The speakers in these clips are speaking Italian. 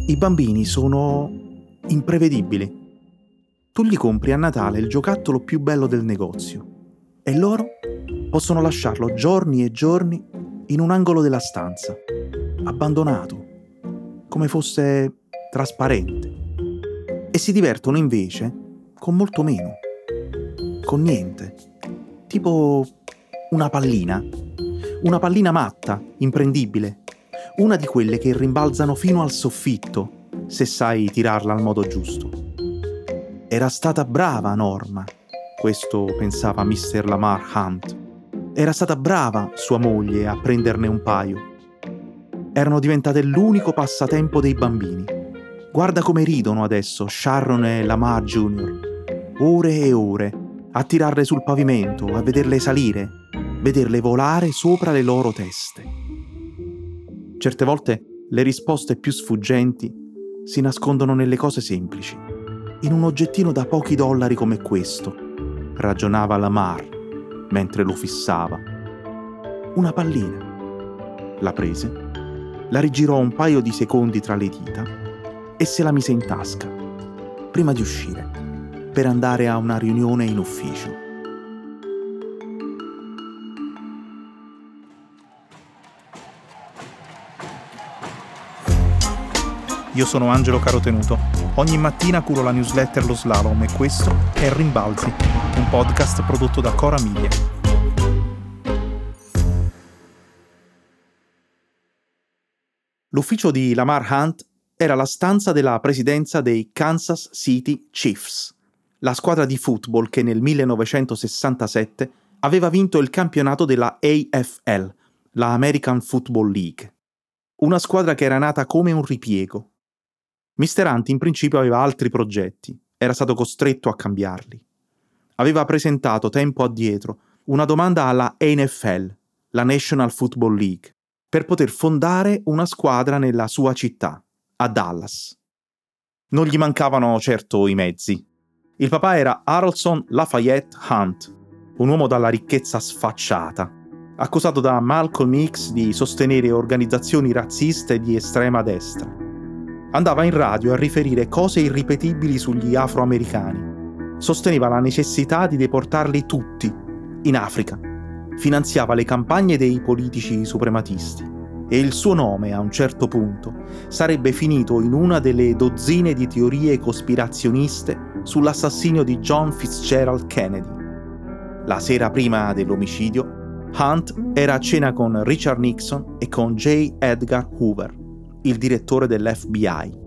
I bambini sono imprevedibili. Tu gli compri a Natale il giocattolo più bello del negozio e loro possono lasciarlo giorni e giorni in un angolo della stanza, abbandonato, come fosse trasparente. E si divertono invece con molto meno, con niente, tipo una pallina matta, imprendibile, una di quelle che rimbalzano fino al soffitto se sai tirarla al modo giusto. Era stata brava Norma, questo pensava Mr. Lamar Hunt. Era stata brava sua moglie a prenderne un paio. Erano diventate l'unico passatempo dei bambini. Guarda come ridono adesso Sharon e Lamar Jr. Ore e ore a tirarle sul pavimento, a vederle salire, vederle volare sopra le loro teste. Certe volte le risposte più sfuggenti si nascondono nelle cose semplici, in un oggettino da pochi dollari come questo, ragionava Lamar mentre lo fissava. Una pallina. La prese, la rigirò un paio di secondi tra le dita e se la mise in tasca, prima di uscire, per andare a una riunione in ufficio. Io sono Angelo Carotenuto. Ogni mattina curo la newsletter Lo Slalom e questo è Rimbalzi, un podcast prodotto da Cora Media. L'ufficio di Lamar Hunt era la stanza della presidenza dei Kansas City Chiefs, la squadra di football che nel 1967 aveva vinto il campionato della AFL, la American Football League. Una squadra che era nata come un ripiego. Mr. Hunt in principio aveva altri progetti, era stato costretto a cambiarli. Aveva presentato tempo addietro una domanda alla NFL, la National Football League, per poter fondare una squadra nella sua città, a Dallas. Non gli mancavano certo i mezzi. Il papà era Harrelson Lafayette Hunt, un uomo dalla ricchezza sfacciata, accusato da Malcolm X di sostenere organizzazioni razziste di estrema destra. Andava in radio a riferire cose irripetibili sugli afroamericani. Sosteneva la necessità di deportarli tutti, in Africa. Finanziava le campagne dei politici suprematisti. E il suo nome, a un certo punto, sarebbe finito in una delle dozzine di teorie cospirazioniste sull'assassinio di John Fitzgerald Kennedy. La sera prima dell'omicidio, Hunt era a cena con Richard Nixon e con J. Edgar Hoover, il direttore dell'FBI.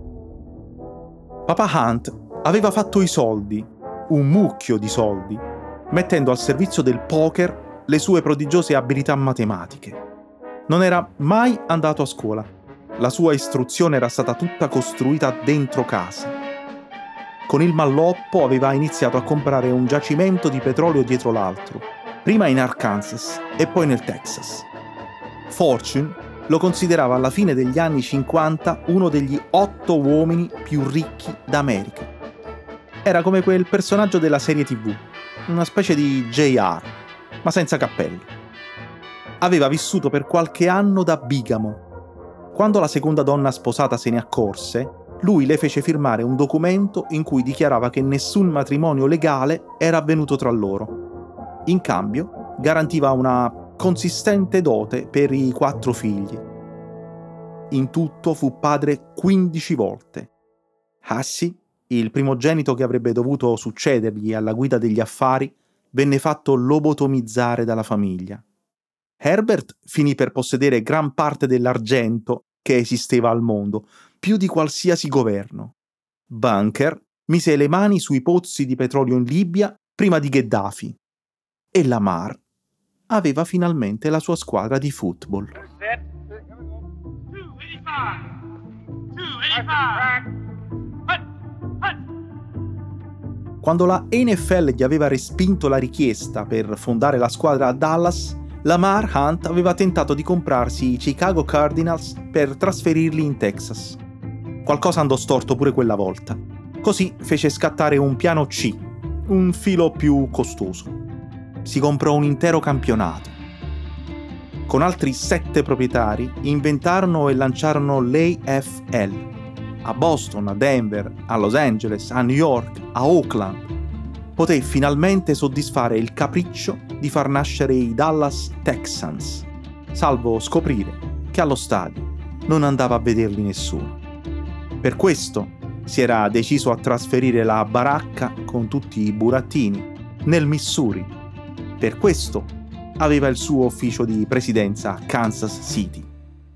Papà Hunt aveva fatto i soldi, un mucchio di soldi, mettendo al servizio del poker le sue prodigiose abilità matematiche. Non era mai andato a scuola. La sua istruzione era stata tutta costruita dentro casa. Con il malloppo aveva iniziato a comprare un giacimento di petrolio dietro l'altro, prima in Arkansas e poi nel Texas. Fortune lo considerava alla fine degli anni 50 uno degli 8 uomini più ricchi d'America. Era come quel personaggio della serie TV, una specie di JR, ma senza cappello. Aveva vissuto per qualche anno da bigamo. Quando la seconda donna sposata se ne accorse, lui le fece firmare un documento in cui dichiarava che nessun matrimonio legale era avvenuto tra loro. In cambio, garantiva una consistente dote per i 4 figli. In tutto fu padre 15 volte. Hassie, il primogenito che avrebbe dovuto succedergli alla guida degli affari, venne fatto lobotomizzare dalla famiglia. Herbert finì per possedere gran parte dell'argento che esisteva al mondo, più di qualsiasi governo. Bunker mise le mani sui pozzi di petrolio in Libia prima di Gheddafi. E Lamar aveva finalmente la sua squadra di football. Quando la NFL gli aveva respinto la richiesta per fondare la squadra a Dallas, Lamar Hunt aveva tentato di comprarsi i Chicago Cardinals per trasferirli in Texas. Qualcosa andò storto pure quella volta. Così fece scattare un piano C, un filo più costoso. Si comprò un intero campionato. Con altri 7 proprietari inventarono e lanciarono l'AFL, a Boston, a Denver, a Los Angeles, a New York, a Oakland, poté finalmente soddisfare il capriccio di far nascere i Dallas Texans, salvo scoprire che allo stadio non andava a vederli nessuno. Per questo si era deciso a trasferire la baracca con tutti i burattini nel Missouri. Per questo aveva il suo ufficio di presidenza a Kansas City.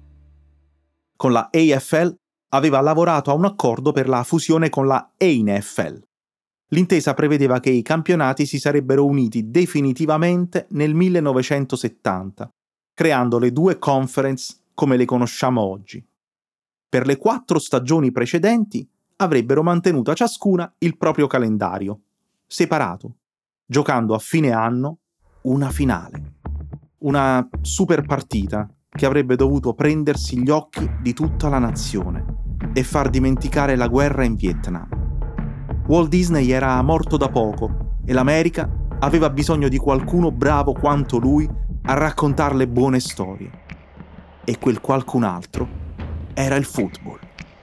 Con la AFL aveva lavorato a un accordo per la fusione con la NFL. L'intesa prevedeva che i campionati si sarebbero uniti definitivamente nel 1970, creando le due conference come le conosciamo oggi. Per le 4 stagioni precedenti avrebbero mantenuto ciascuna il proprio calendario, separato, giocando a fine anno una finale. Una super partita che avrebbe dovuto prendersi gli occhi di tutta la nazione e far dimenticare la guerra in Vietnam. Walt Disney era morto da poco e l'America aveva bisogno di qualcuno bravo quanto lui a raccontarle buone storie. E quel qualcun altro era il football.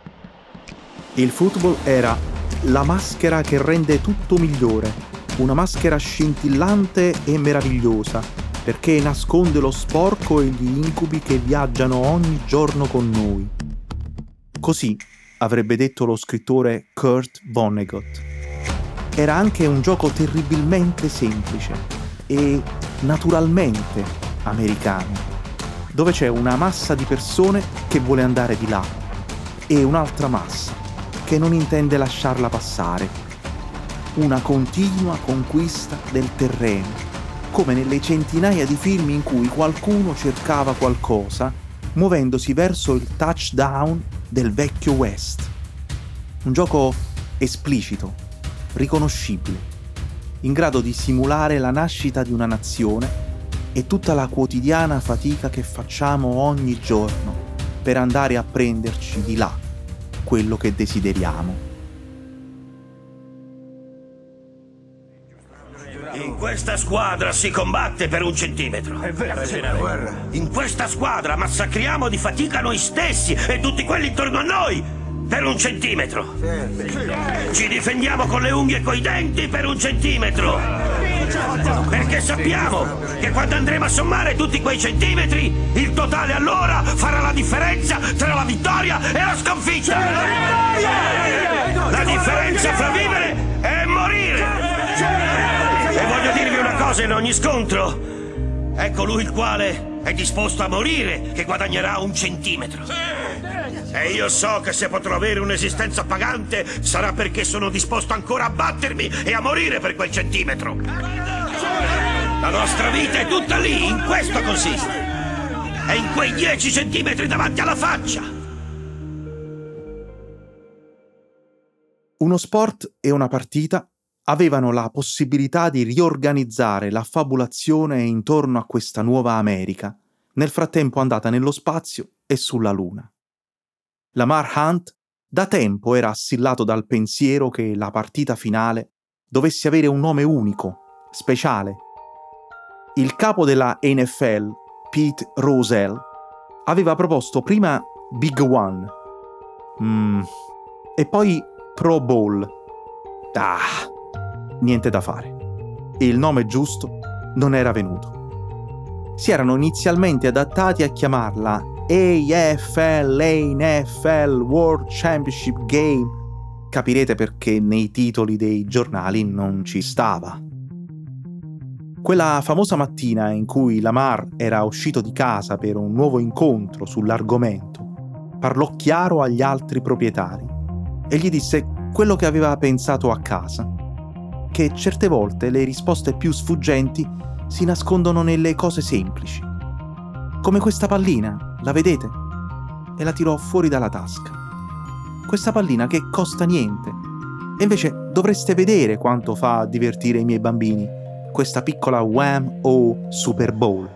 Il football era la maschera che rende tutto migliore, una maschera scintillante e meravigliosa, perché nasconde lo sporco e gli incubi che viaggiano ogni giorno con noi. Così avrebbe detto lo scrittore Kurt Vonnegut. Era anche un gioco terribilmente semplice e naturalmente americano, dove c'è una massa di persone che vuole andare di là e un'altra massa che non intende lasciarla passare. Una continua conquista del terreno, come nelle centinaia di film in cui qualcuno cercava qualcosa, muovendosi verso il touchdown del vecchio West. Un gioco esplicito, riconoscibile, in grado di simulare la nascita di una nazione e tutta la quotidiana fatica che facciamo ogni giorno per andare a prenderci di là quello che desideriamo. In questa squadra si combatte per 1 centimetro. È vero. In questa squadra massacriamo di fatica noi stessi e tutti quelli intorno a noi per 1 centimetro. Ci difendiamo con le unghie e coi denti per 1 centimetro. Perché sappiamo che quando andremo a sommare tutti quei centimetri, il totale allora farà la differenza tra la vittoria e la sconfitta. La differenza fra vivere e morire. E voglio dirvi una cosa in ogni scontro. È colui il quale è disposto a morire che guadagnerà 1 centimetro. E io so che se potrò avere un'esistenza pagante sarà perché sono disposto ancora a battermi e a morire per quel centimetro. La nostra vita è tutta lì, in questo consiste. È in quei 10 centimetri davanti alla faccia. Uno sport e una partita avevano la possibilità di riorganizzare la fabulazione intorno a questa nuova America, nel frattempo andata nello spazio e sulla Luna. Lamar Hunt da tempo era assillato dal pensiero che la partita finale dovesse avere un nome unico, speciale. Il capo della NFL, Pete Rozelle, aveva proposto prima Big One e poi Pro Bowl. Niente da fare. E il nome giusto non era venuto. Si erano inizialmente adattati a chiamarla AFL, NFL, World Championship Game. Capirete perché nei titoli dei giornali non ci stava. Quella famosa mattina in cui Lamar era uscito di casa per un nuovo incontro sull'argomento, parlò chiaro agli altri proprietari e gli disse quello che aveva pensato a casa, che certe volte le risposte più sfuggenti si nascondono nelle cose semplici. Come questa pallina, la vedete? E la tirò fuori dalla tasca. Questa pallina che costa niente. E invece dovreste vedere quanto fa a divertire i miei bambini. Questa piccola Wham o Super Bowl.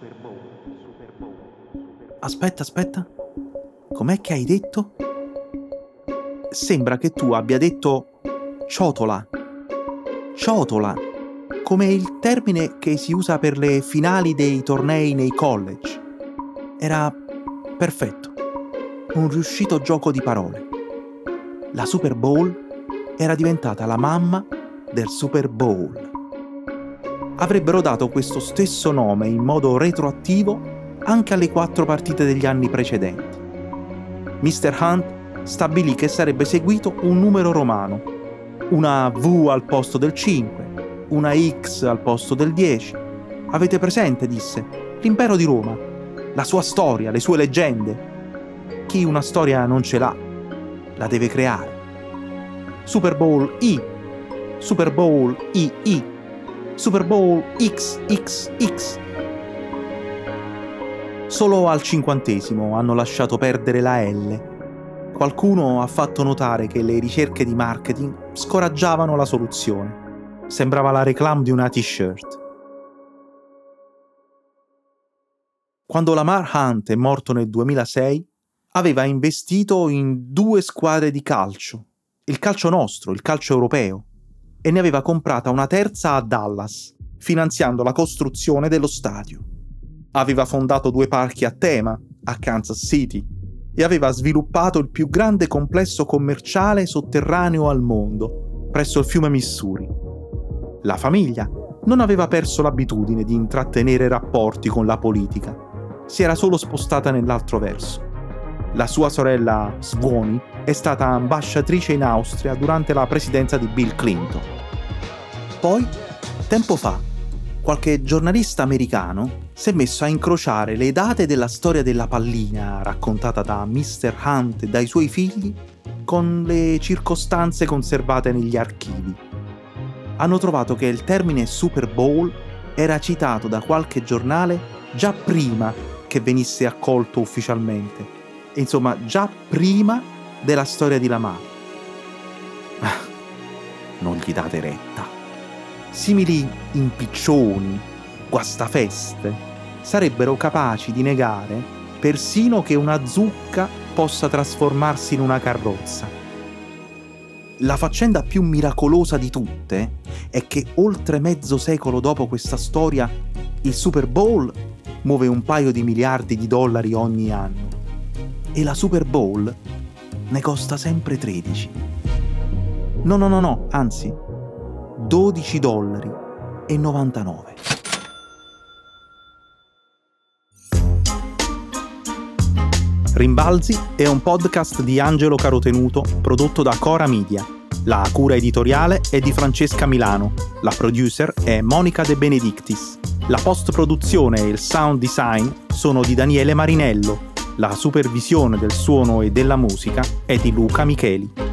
Aspetta. Com'è che hai detto? Sembra che tu abbia detto ciotola. Ciotola, come il termine che si usa per le finali dei tornei nei college. Era perfetto, un riuscito gioco di parole. La Super Bowl era diventata la mamma del Super Bowl. Avrebbero dato questo stesso nome in modo retroattivo anche alle 4 partite degli anni precedenti. Mr. Hunt stabilì che sarebbe seguito un numero romano, una V al posto del 5, una X al posto del 10. Avete presente, disse, l'impero di Roma, la sua storia, le sue leggende. Chi una storia non ce l'ha, la deve creare. Super Bowl I, Super Bowl II, Super Bowl XXX. Solo al 50° hanno lasciato perdere la L. Qualcuno ha fatto notare che le ricerche di marketing scoraggiavano la soluzione. Sembrava la réclame di una t-shirt. Quando Lamar Hunt è morto nel 2006, aveva investito in 2 squadre di calcio, il calcio nostro, il calcio europeo, e ne aveva comprata una terza a Dallas, finanziando la costruzione dello stadio. Aveva fondato 2 parchi a tema a Kansas City e aveva sviluppato il più grande complesso commerciale sotterraneo al mondo, presso il fiume Missouri. La famiglia non aveva perso l'abitudine di intrattenere rapporti con la politica, si era solo spostata nell'altro verso. La sua sorella Svoni è stata ambasciatrice in Austria durante la presidenza di Bill Clinton. Poi, tempo fa, qualche giornalista americano si è messo a incrociare le date della storia della pallina raccontata da Mr. Hunt e dai suoi figli con le circostanze conservate negli archivi. Hanno trovato che il termine Super Bowl era citato da qualche giornale già prima che venisse accolto ufficialmente, e insomma già prima della storia di Lamar. Non gli date retta. Simili impiccioni, guastafeste, sarebbero capaci di negare persino che una zucca possa trasformarsi in una carrozza. La faccenda più miracolosa di tutte è che oltre mezzo secolo dopo questa storia, il Super Bowl muove $1 paio di miliardi ogni anno e la Super Bowl ne costa sempre 13. No, anzi, $12,99. Rimbalzi è un podcast di Angelo Carotenuto prodotto da Cora Media. La cura editoriale è di Francesca Milano, la producer è Monica De Benedictis. La post-produzione e il sound design sono di Daniele Marinello. La supervisione del suono e della musica è di Luca Micheli.